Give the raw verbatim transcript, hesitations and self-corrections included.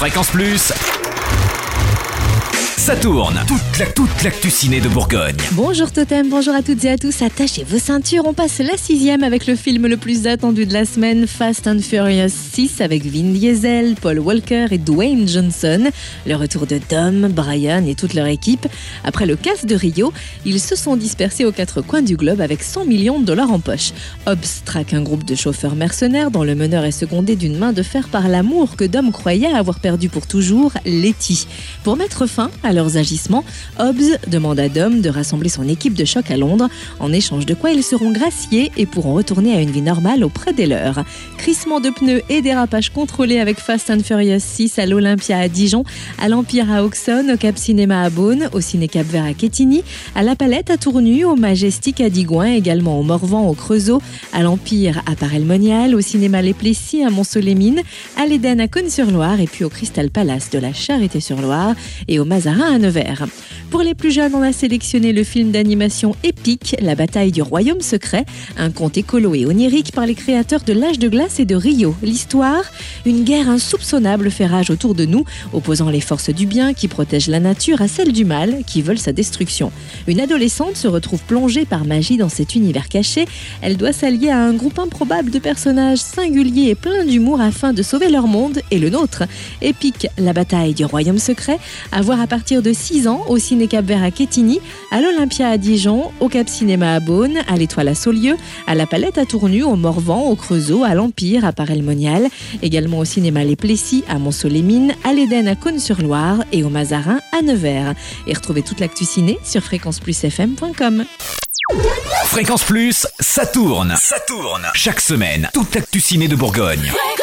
Fréquence Plus, ça tourne. Toute la, toute l'actu ciné de Bourgogne. Bonjour Totem, bonjour à toutes et à tous. Attachez vos ceintures, on passe la sixième avec le film le plus attendu de la semaine, Fast and Furious six, avec Vin Diesel, Paul Walker et Dwayne Johnson. Le retour de Dom, Brian et toute leur équipe. Après le casse de Rio, ils se sont dispersés aux quatre coins du globe avec cent millions de dollars en poche. Hobbs traque un groupe de chauffeurs mercenaires dont le meneur est secondé d'une main de fer par l'amour que Dom croyait avoir perdu pour toujours, Letty. Pour mettre fin à leurs agissements, Hobbs demande à Dom de rassembler son équipe de choc à Londres, en échange de quoi ils seront graciés et pourront retourner à une vie normale auprès des leurs. Crissement de pneus et dérapage contrôlé avec Fast and Furious six à l'Olympia à Dijon, à l'Empire à Auxonne, au Cap Cinéma à Beaune, au Ciné Cap Vert à Quetigny, à La Palette à Tournu, au Majestic à Digoin, également au Morvan au Creusot, à l'Empire à Paray-le-Monial, au Cinéma Les Plessis à Mont-Soleil-Mines, à l'Éden à Cosne-sur-Loire et puis au Crystal Palace de la Charité-sur-Loire et au Mazarin à Nevers. Pour les plus jeunes, on a sélectionné le film d'animation épique La bataille du royaume secret, un conte écolo et onirique par les créateurs de L'Âge de glace et de Rio. L'histoire, une guerre insoupçonnable fait rage autour de nous, opposant les forces du bien qui protègent la nature à celles du mal qui veulent sa destruction. Une adolescente se retrouve plongée par magie dans cet univers caché. Elle doit s'allier à un groupe improbable de personnages singuliers et pleins d'humour afin de sauver leur monde et le nôtre. Épique La bataille du royaume secret, à voir à partir de six ans au Ciné Cap Vert à Quetigny, à l'Olympia à Dijon, au Cap Cinéma à Beaune, à l'Étoile à Saulieu, à La Palette à Tournu, au Morvan, au Creusot, à l'Empire à Paray-le-Monial, également au Cinéma Les Plessis à Mont-Soleil-Mines, à l'Éden à Cosne-sur-Loire et au Mazarin à Nevers. Et retrouvez toute l'actu ciné sur fréquence plus f m point com. Fréquence Plus, ça tourne. Ça tourne. Chaque semaine, toute l'actu ciné de Bourgogne.